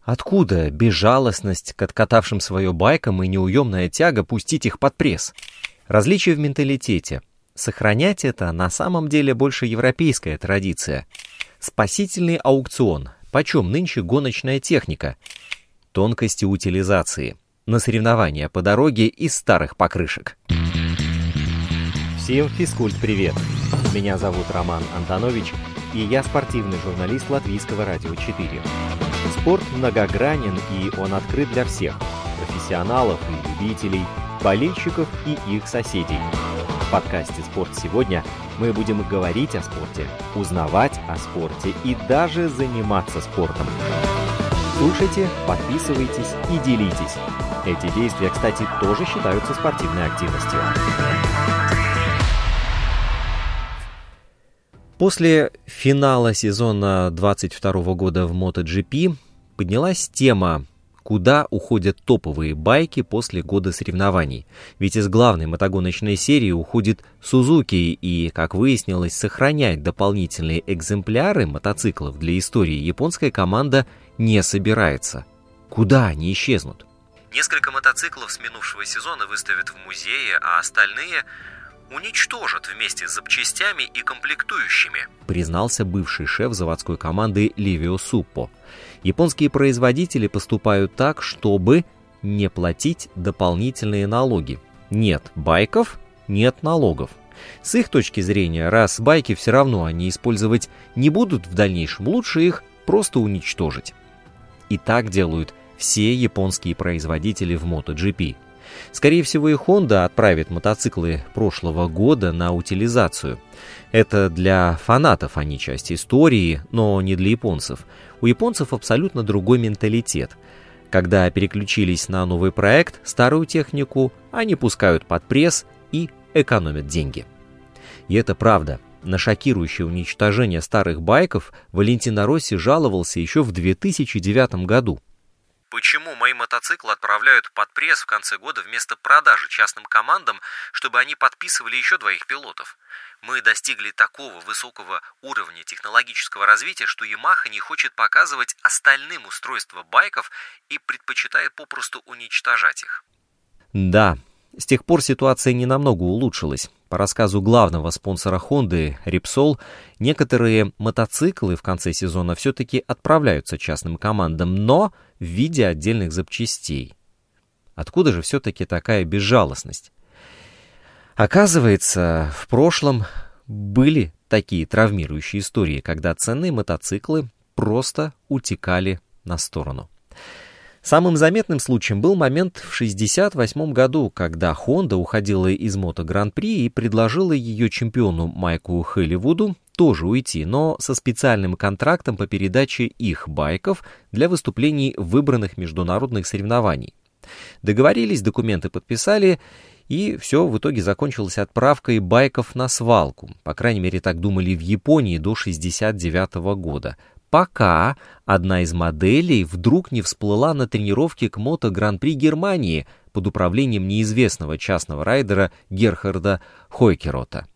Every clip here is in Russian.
Откуда безжалостность к откатавшим свое байкам и неуемная тяга пустить их под пресс? Различие в менталитете. Сохранять это на самом деле больше европейская традиция. Спасительный аукцион. Почем нынче гоночная техника? Тонкости утилизации. На соревнования по дороге из старых покрышек. Всем физкульт-привет! Меня зовут Роман Антонович, и я спортивный журналист Латвийского радио 4. Спорт многогранен, и он открыт для всех – профессионалов и любителей, болельщиков и их соседей. В подкасте «Спорт сегодня» мы будем говорить о спорте, узнавать о спорте и даже заниматься спортом. Слушайте, подписывайтесь и делитесь. Эти действия, кстати, тоже считаются спортивной активностью. После финала сезона 2022 года в MotoGP поднялась тема, куда уходят топовые байки после года соревнований. Ведь из главной мотогоночной серии уходит Suzuki, и, как выяснилось, сохранять дополнительные экземпляры мотоциклов для истории японская команда не собирается. Куда они исчезнут? Несколько мотоциклов с минувшего сезона выставят в музее, а остальные уничтожат вместе с запчастями и комплектующими, признался бывший шеф заводской команды Ливио Суппо. Японские производители поступают так, чтобы не платить дополнительные налоги. Нет байков, нет налогов. С их точки зрения, раз байки все равно они использовать не будут в дальнейшем, лучше их просто уничтожить. И так делают все японские производители в MotoGP. Скорее всего, и Honda отправит мотоциклы прошлого года на утилизацию. Это для фанатов, а не часть истории, но не для японцев. У японцев абсолютно другой менталитет. Когда переключились на новый проект, старую технику они пускают под пресс и экономят деньги. И это правда. На шокирующее уничтожение старых байков Валентино Росси жаловался еще в 2009 году. Почему мои мотоциклы отправляют под пресс в конце года вместо продажи частным командам, чтобы они подписывали еще двоих пилотов? Мы достигли такого высокого уровня технологического развития, что Yamaha не хочет показывать остальным устройства байков и предпочитает попросту уничтожать их. Да, с тех пор ситуация не намного улучшилась. По рассказу главного спонсора Honda, Repsol, некоторые мотоциклы в конце сезона все-таки отправляются частным командам, но в виде отдельных запчастей. Откуда же все-таки такая безжалостность? Оказывается, в прошлом были такие травмирующие истории, когда ценные мотоциклы просто утекали на сторону. Самым заметным случаем был момент в 1968 году, когда Honda уходила из Мото-Гран-при и предложила ее чемпиону Майку Холливуду тоже уйти, но со специальным контрактом по передаче их байков для выступлений в выбранных международных соревнований. Договорились, документы подписали, и все в итоге закончилось отправкой байков на свалку. По крайней мере, так думали в Японии до 1969 года. Пока одна из моделей вдруг не всплыла на тренировке к Мото-Гран-при Германии под управлением неизвестного частного райдера Герхарда Хойкерота.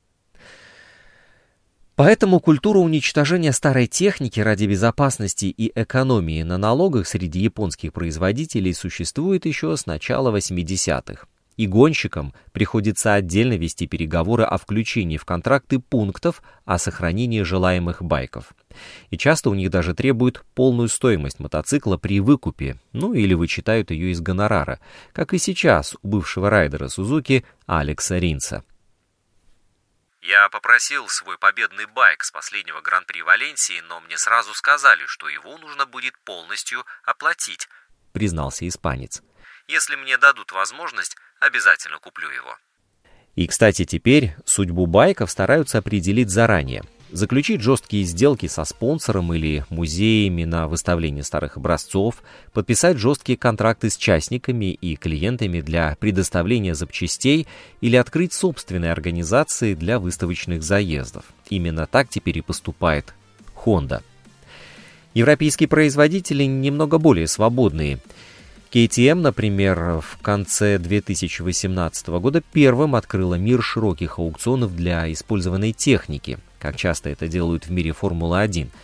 Поэтому культура уничтожения старой техники ради безопасности и экономии на налогах среди японских производителей существует еще с начала 80-х. И гонщикам приходится отдельно вести переговоры о включении в контракты пунктов о сохранении желаемых байков. И часто у них даже требуют полную стоимость мотоцикла при выкупе, или вычитают ее из гонорара, как и сейчас у бывшего райдера Suzuki Алекса Ринса. «Я попросил свой победный байк с последнего Гран-при Валенсии, но мне сразу сказали, что его нужно будет полностью оплатить», признался испанец. «Если мне дадут возможность, обязательно куплю его». И, кстати, теперь судьбу байков стараются определить заранее. Заключить жесткие сделки со спонсором или музеями на выставление старых образцов, подписать жесткие контракты с частниками и клиентами для предоставления запчастей или открыть собственные организации для выставочных заездов. Именно так теперь и поступает Honda. Европейские производители немного более свободные. KTM, например, в конце 2018 года первым открыла мир широких аукционов для использованной техники, как часто это делают в мире Формулы-1,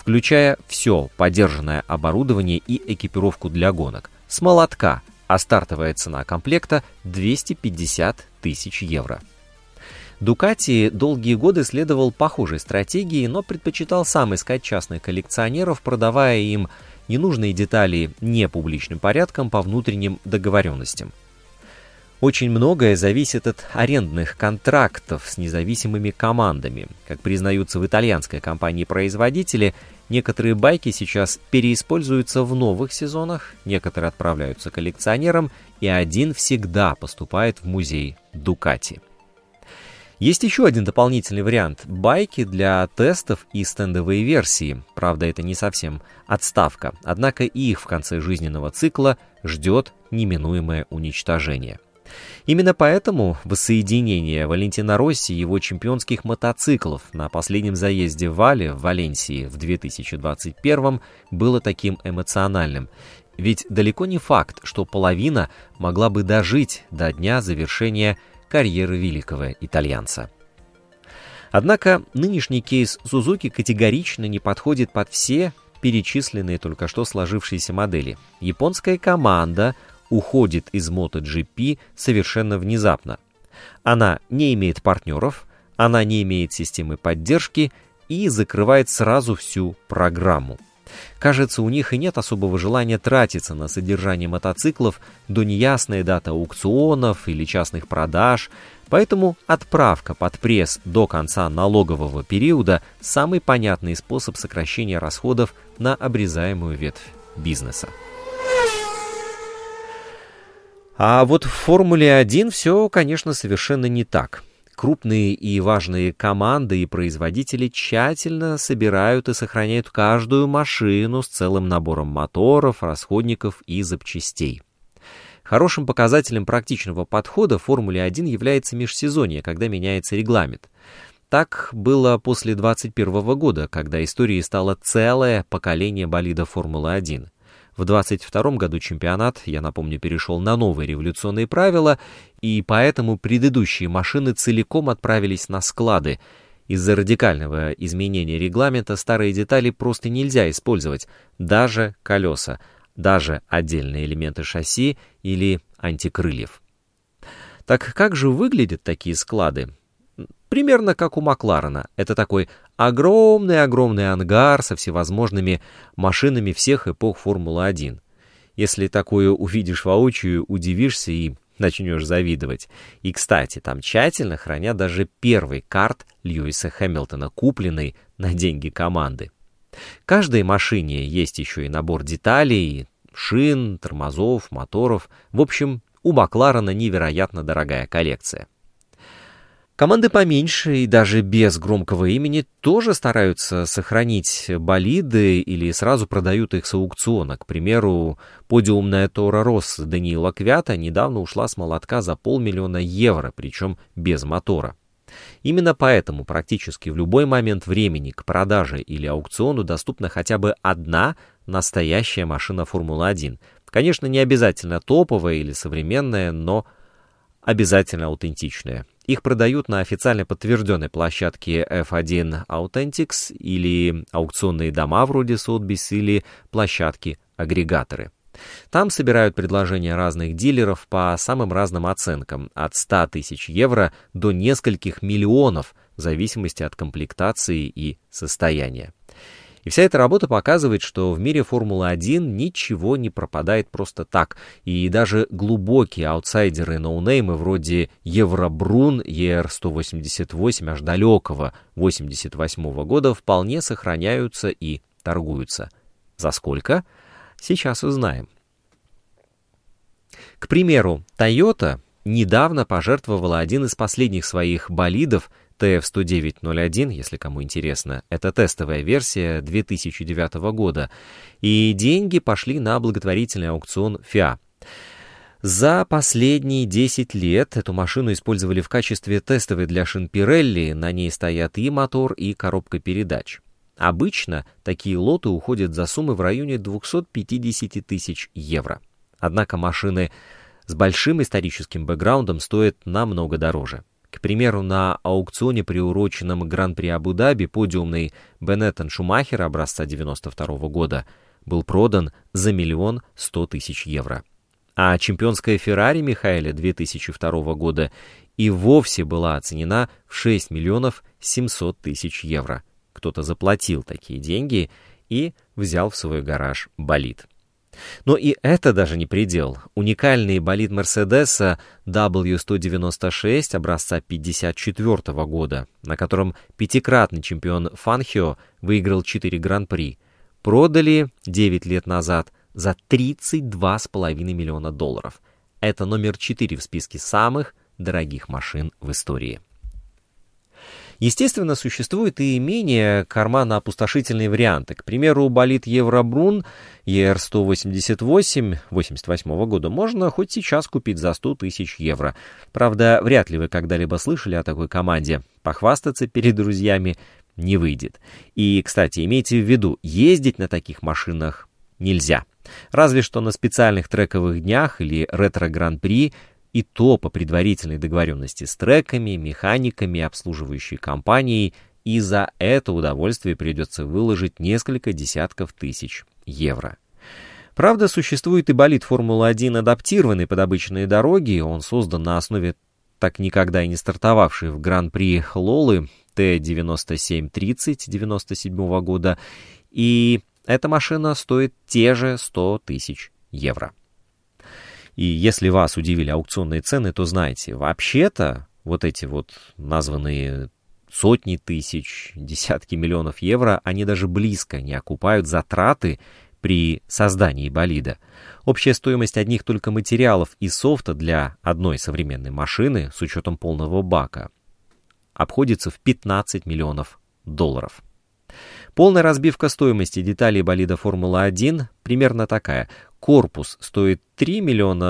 включая все подержанное оборудование и экипировку для гонок, с молотка, а стартовая цена комплекта 250 тысяч евро. Дукати долгие годы следовал похожей стратегии, но предпочитал сам искать частных коллекционеров, продавая им ненужные детали непубличным порядком по внутренним договоренностям. Очень многое зависит от арендных контрактов с независимыми командами. Как признаются в итальянской компании-производители, некоторые байки сейчас переиспользуются в новых сезонах, некоторые отправляются коллекционерам, и один всегда поступает в музей Дукати. Есть еще один дополнительный вариант – байки для тестов и стендовые версии. Правда, это не совсем отставка, однако их в конце жизненного цикла ждет неминуемое уничтожение. Именно поэтому воссоединение Валентино Росси и его чемпионских мотоциклов на последнем заезде в Вале в Валенсии в 2021 было таким эмоциональным. Ведь далеко не факт, что половина могла бы дожить до дня завершения карьеры великого итальянца. Однако нынешний кейс Сузуки категорично не подходит под все перечисленные только что сложившиеся модели. Японская команда уходит из MotoGP совершенно внезапно. Она не имеет партнеров, она не имеет системы поддержки и закрывает сразу всю программу. Кажется, у них и нет особого желания тратиться на содержание мотоциклов до неясной даты аукционов или частных продаж, поэтому отправка под пресс до конца налогового периода – самый понятный способ сокращения расходов на обрезаемую ветвь бизнеса. А вот в Формуле-1 все, конечно, совершенно не так. Крупные и важные команды и производители тщательно собирают и сохраняют каждую машину с целым набором моторов, расходников и запчастей. Хорошим показателем практичного подхода в Формуле-1 является межсезонье, когда меняется регламент. Так было после 2021 года, когда историей стало целое поколение болидов Формулы-1. В 2022 году чемпионат, я напомню, перешел на новые революционные правила, и поэтому предыдущие машины целиком отправились на склады. Из-за радикального изменения регламента старые детали просто нельзя использовать, даже колеса, даже отдельные элементы шасси или антикрыльев. Так как же выглядят такие склады? Примерно как у Макларена. Это такой огромный-огромный ангар со всевозможными машинами всех эпох Формулы-1. Если такое увидишь воочию, удивишься и начнешь завидовать. И, кстати, там тщательно хранят даже первый карт Льюиса Хэмилтона, купленный на деньги команды. Каждой машине есть еще и набор деталей, шин, тормозов, моторов. В общем, у Макларена невероятно дорогая коллекция. Команды поменьше и даже без громкого имени тоже стараются сохранить болиды или сразу продают их с аукциона. К примеру, подиумная Торо Россо Даниила Квята недавно ушла с молотка за 500 000 евро, причем без мотора. Именно поэтому практически в любой момент времени к продаже или аукциону доступна хотя бы одна настоящая машина Формулы-1. Конечно, не обязательно топовая или современная, но обязательно аутентичная. Их продают на официально подтвержденной площадке F1 Authentics или аукционные дома вроде Sotheby's или площадки-агрегаторы. Там собирают предложения разных дилеров по самым разным оценкам, от 100 000 евро до нескольких миллионов, в зависимости от комплектации и состояния. И вся эта работа показывает, что в мире Формулы-1 ничего не пропадает просто так, и даже глубокие аутсайдеры-ноунеймы вроде Евробрун, ER188 аж далекого 1988 года вполне сохраняются и торгуются. За сколько? Сейчас узнаем. К примеру, Toyota недавно пожертвовала один из последних своих болидов TF109-01, если кому интересно, это тестовая версия 2009 года, и деньги пошли на благотворительный аукцион FIA. За последние 10 лет эту машину использовали в качестве тестовой для шин Pirelli, на ней стоят и мотор, и коробка передач. Обычно такие лоты уходят за суммы в районе 250 000 евро. Однако машины с большим историческим бэкграундом стоят намного дороже. К примеру, на аукционе, приуроченном к Гран-при Абу-Даби, подиумный Бенеттон Шумахера образца 1992 года был продан за 1 100 000 евро. А чемпионская Феррари Михаэля 2002 года и вовсе была оценена в 6 700 000 евро. Кто-то заплатил такие деньги и взял в свой гараж болид. Но и это даже не предел. Уникальный болид Мерседеса W196 образца 1954 года, на котором пятикратный чемпион Фанхио выиграл 4 гран-при, продали 9 лет назад за $32,5 миллиона. Это номер 4 в списке самых дорогих машин в истории. Естественно, существуют и менее карманно-опустошительные варианты. К примеру, болид Евробрун ER188 1988 года можно хоть сейчас купить за 100 000 евро. Правда, вряд ли вы когда-либо слышали о такой команде. Похвастаться перед друзьями не выйдет. И, кстати, имейте в виду, ездить на таких машинах нельзя. Разве что на специальных трековых днях или ретро-гран-при, и то по предварительной договоренности с треками, механиками, обслуживающей компанией, и за это удовольствие придется выложить несколько десятков тысяч евро. Правда, существует и болид Формулы-1, адаптированный под обычные дороги. Он создан на основе так никогда и не стартовавшей в Гран-при Лолы Т-9730 1997 года, и эта машина стоит те же 100 000 евро. И если вас удивили аукционные цены, то знайте, вообще-то вот эти вот названные сотни тысяч, десятки миллионов евро, они даже близко не окупают затраты при создании болида. Общая стоимость одних только материалов и софта для одной современной машины с учетом полного бака обходится в $15 миллионов. Полная разбивка стоимости деталей болида Формула-1 примерно такая. Корпус стоит 3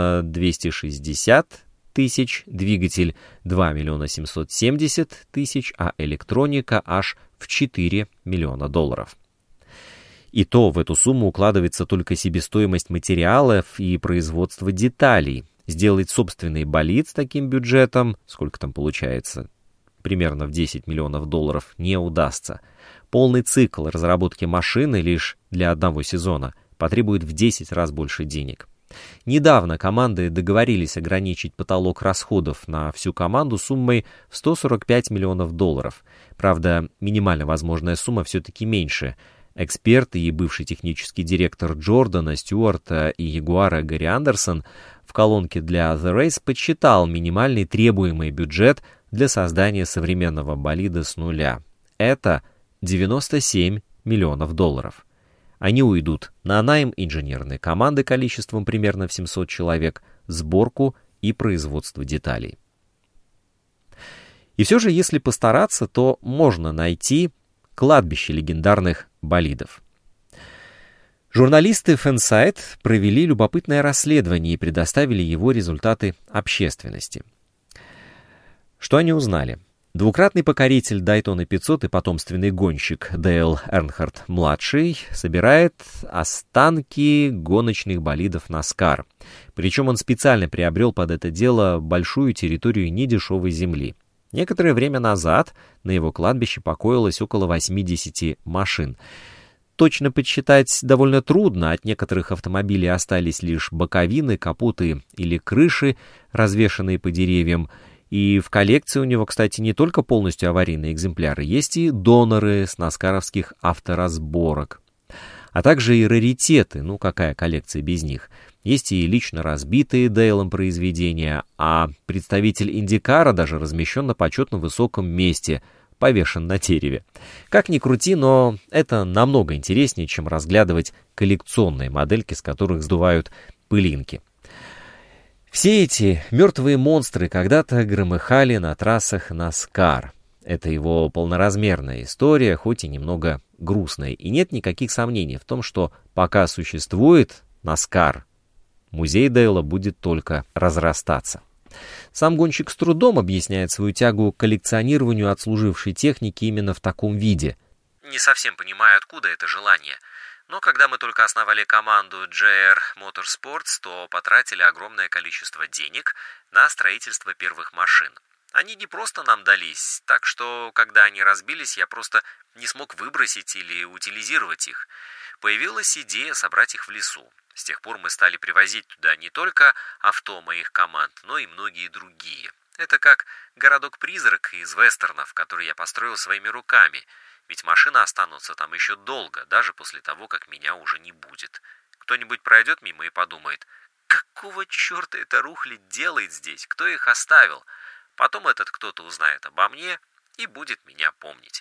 260 000, двигатель 2 770 000, а электроника аж в $4 миллиона. И то в эту сумму укладывается только себестоимость материалов и производство деталей. Сделать собственный болид с таким бюджетом, сколько там получается, примерно в $10 миллионов, не удастся. Полный цикл разработки машины лишь для одного сезона потребует в 10 раз больше денег. Недавно команды договорились ограничить потолок расходов на всю команду суммой в $145 миллионов. Правда, минимально возможная сумма все-таки меньше. Эксперты и бывший технический директор Джордана, Стюарта и Ягуара Гэри Андерсон в колонке для The Race подсчитал минимальный требуемый бюджет для создания современного болида с нуля. Это $97 миллионов. Они уйдут на найм инженерной команды количеством примерно в 700 человек, сборку и производство деталей. И все же, если постараться, то можно найти кладбище легендарных болидов. Журналисты Fansided провели любопытное расследование и предоставили его результаты общественности. Что они узнали? Двукратный покоритель Дайтона 500 и потомственный гонщик Дейл Эрнхард-младший собирает останки гоночных болидов NASCAR. Причем он специально приобрел под это дело большую территорию недешевой земли. Некоторое время назад на его кладбище покоилось около 80 машин. Точно подсчитать довольно трудно, от некоторых автомобилей остались лишь боковины, капоты или крыши, развешанные по деревьям. И в коллекции у него, кстати, не только полностью аварийные экземпляры, есть и доноры с наскаровских авторазборок, а также и раритеты, ну какая коллекция без них. Есть и лично разбитые Дейлом произведения, а представитель Индикара даже размещен на почетно высоком месте, повешен на дереве. Как ни крути, но это намного интереснее, чем разглядывать коллекционные модельки, с которых сдувают пылинки. Все эти мертвые монстры когда-то громыхали на трассах NASCAR. Это его полноразмерная история, хоть и немного грустная. И нет никаких сомнений в том, что пока существует NASCAR, музей Дейла будет только разрастаться. Сам гонщик с трудом объясняет свою тягу к коллекционированию отслужившей техники именно в таком виде. Не совсем понимаю, откуда это желание. Но когда мы только основали команду JR Motorsports, то потратили огромное количество денег на строительство первых машин. Они не просто нам дались, так что, когда они разбились, я просто не смог выбросить или утилизировать их. Появилась идея собрать их в лесу. С тех пор мы стали привозить туда не только авто моих команд, но и многие другие. Это как городок-призрак из вестернов, который я построил своими руками. Ведь машины останутся там еще долго, даже после того, как меня уже не будет. Кто-нибудь пройдет мимо и подумает: какого черта эта рухлядь делает здесь? Кто их оставил? Потом этот кто-то узнает обо мне и будет меня помнить.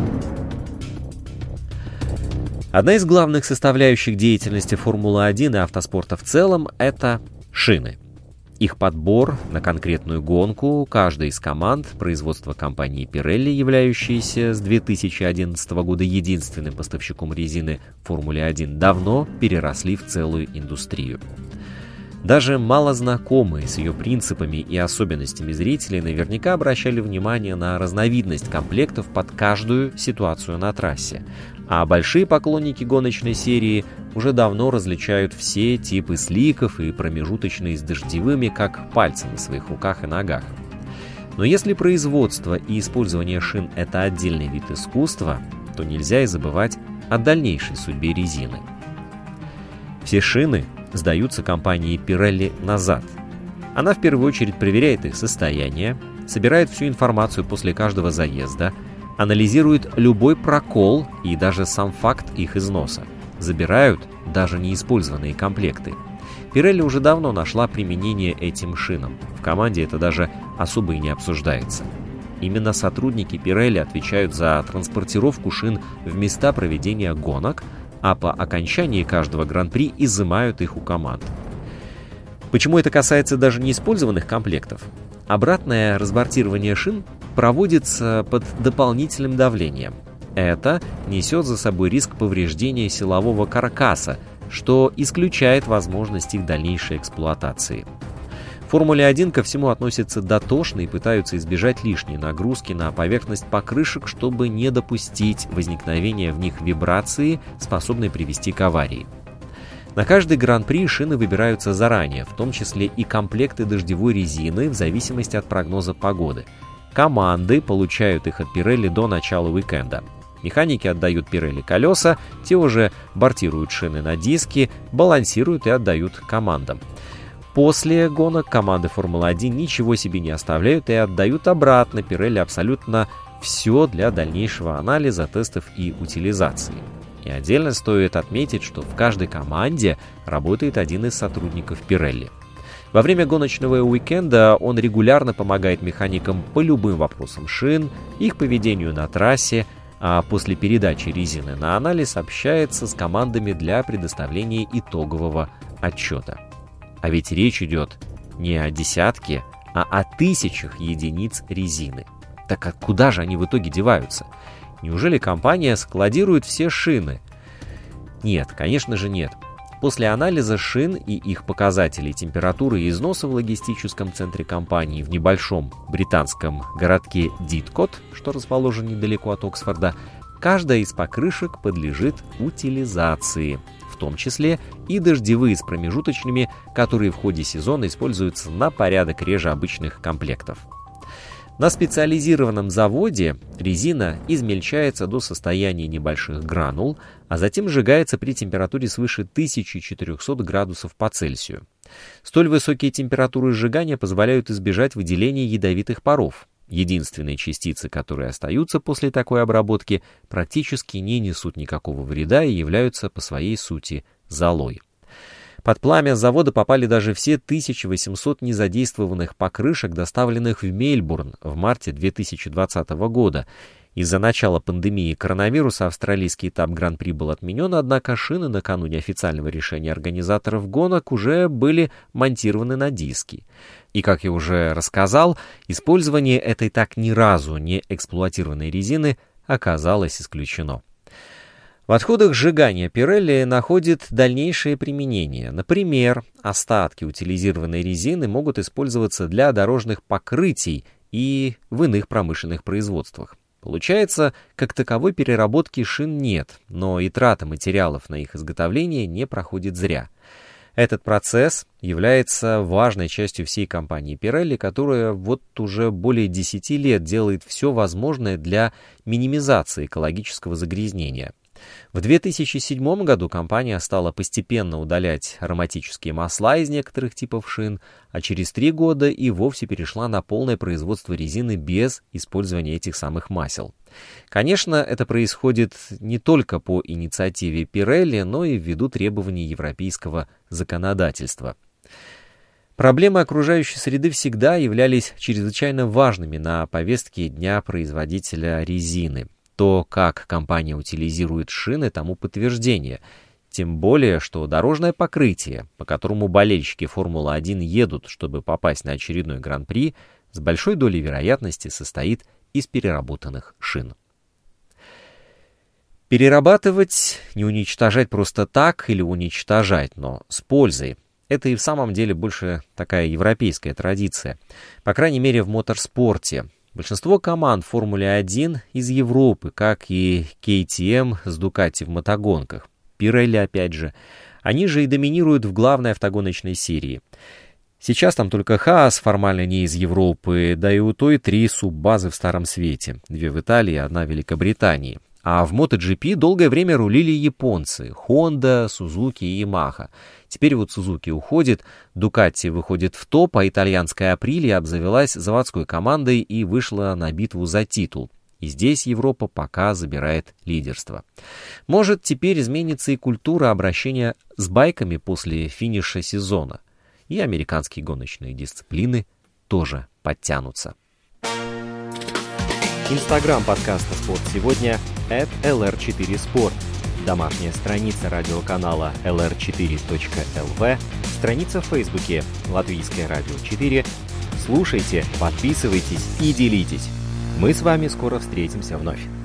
Одна из главных составляющих деятельности Формулы-1 и автоспорта в целом – это шины. Их подбор на конкретную гонку каждой из команд производства компании Pirelli, являющейся с 2011 года единственным поставщиком резины Формуле-1, давно переросли в целую индустрию. Даже малознакомые с ее принципами и особенностями зрители наверняка обращали внимание на разновидность комплектов под каждую ситуацию на трассе, а большие поклонники гоночной серии уже давно различают все типы сликов и промежуточные с дождевыми как пальцы на своих руках и ногах. Но если производство и использование шин – это отдельный вид искусства, то нельзя и забывать о дальнейшей судьбе резины. Все шины сдаются компании Pirelli назад. Она в первую очередь проверяет их состояние, собирает всю информацию после каждого заезда, анализирует любой прокол и даже сам факт их износа. Забирают даже неиспользованные комплекты. Pirelli уже давно нашла применение этим шинам. В команде это даже особо и не обсуждается. Именно сотрудники Pirelli отвечают за транспортировку шин в места проведения гонок, а по окончании каждого гран-при изымают их у команд. Почему это касается даже неиспользованных комплектов? Обратное разбортирование шин проводится под дополнительным давлением. Это несет за собой риск повреждения силового каркаса, что исключает возможность их дальнейшей эксплуатации. В Формуле-1 ко всему относятся дотошно и пытаются избежать лишней нагрузки на поверхность покрышек, чтобы не допустить возникновения в них вибрации, способной привести к аварии. На каждый гран-при шины выбираются заранее, в том числе и комплекты дождевой резины в зависимости от прогноза погоды. Команды получают их от Pirelli до начала уикенда. Механики отдают Pirelli колеса, те уже бортируют шины на диски, балансируют и отдают командам. После гонок команды Формулы-1 ничего себе не оставляют и отдают обратно Pirelli абсолютно все для дальнейшего анализа, тестов и утилизации. И отдельно стоит отметить, что в каждой команде работает один из сотрудников Pirelli. Во время гоночного уикенда он регулярно помогает механикам по любым вопросам шин, их поведению на трассе, а после передачи резины на анализ общается с командами для предоставления итогового отчета. А ведь речь идет не о десятке, а о тысячах единиц резины. Так куда же они в итоге деваются? Неужели компания складирует все шины? Нет, конечно же нет. После анализа шин и их показателей температуры и износа в логистическом центре компании в небольшом британском городке Диткот, что расположен недалеко от Оксфорда, каждая из покрышек подлежит утилизации, в том числе и дождевые с промежуточными, которые в ходе сезона используются на порядок реже обычных комплектов. На специализированном заводе резина измельчается до состояния небольших гранул, а затем сжигается при температуре свыше 1400 градусов по Цельсию. Столь высокие температуры сжигания позволяют избежать выделения ядовитых паров. Единственные частицы, которые остаются после такой обработки, практически не несут никакого вреда и являются по своей сути золой. Под пламя завода попали даже все 1800 незадействованных покрышек, доставленных в Мельбурн в марте 2020 года. Из-за начала пандемии коронавируса австралийский этап Гран-при был отменен, однако шины накануне официального решения организаторов гонок уже были монтированы на диски. И, как я уже рассказал, использование этой так ни разу не эксплуатированной резины оказалось исключено. В отходах сжигания Pirelli находит дальнейшее применение. Например, остатки утилизированной резины могут использоваться для дорожных покрытий и в иных промышленных производствах. Получается, как таковой переработки шин нет, но и трата материалов на их изготовление не проходит зря. Этот процесс является важной частью всей компании Pirelli, которая вот уже более 10 лет делает все возможное для минимизации экологического загрязнения. В 2007 году компания стала постепенно удалять ароматические масла из некоторых типов шин, а через 3 года и вовсе перешла на полное производство резины без использования этих самых масел. Конечно, это происходит не только по инициативе Pirelli, но и ввиду требований европейского законодательства. Проблемы окружающей среды всегда являлись чрезвычайно важными на повестке дня производителя резины. То, как компания утилизирует шины, тому подтверждение. Тем более, что дорожное покрытие, по которому болельщики Формулы-1 едут, чтобы попасть на очередной Гран-при, с большой долей вероятности состоит из переработанных шин. Перерабатывать, не уничтожать просто так или уничтожать, но с пользой. Это и в самом деле больше такая европейская традиция. По крайней мере, в моторспорте. Большинство команд Формулы-1 из Европы, как и KTM с Ducati в мотогонках. Pirelli, опять же. Они же и доминируют в главной автогоночной серии. Сейчас там только Haas формально не из Европы, да и у той 3 суббазы в Старом Свете. 2 в Италии, 1 в Великобритании. А в MotoGP долгое время рулили японцы – Honda, Suzuki и Yamaha. Теперь вот Suzuki уходит, Ducati выходит в топ, а итальянская Aprilia обзавелась заводской командой и вышла на битву за титул. И здесь Европа пока забирает лидерство. Может, теперь изменится и культура обращения с байками после финиша сезона. И американские гоночные дисциплины тоже подтянутся. Инстаграм подкаста «Спорт сегодня» @LR4Sport. Домашняя страница радиоканала lr4.lv, страница в Фейсбуке «Латвийское радио 4». Слушайте, подписывайтесь и делитесь. Мы с вами скоро встретимся вновь.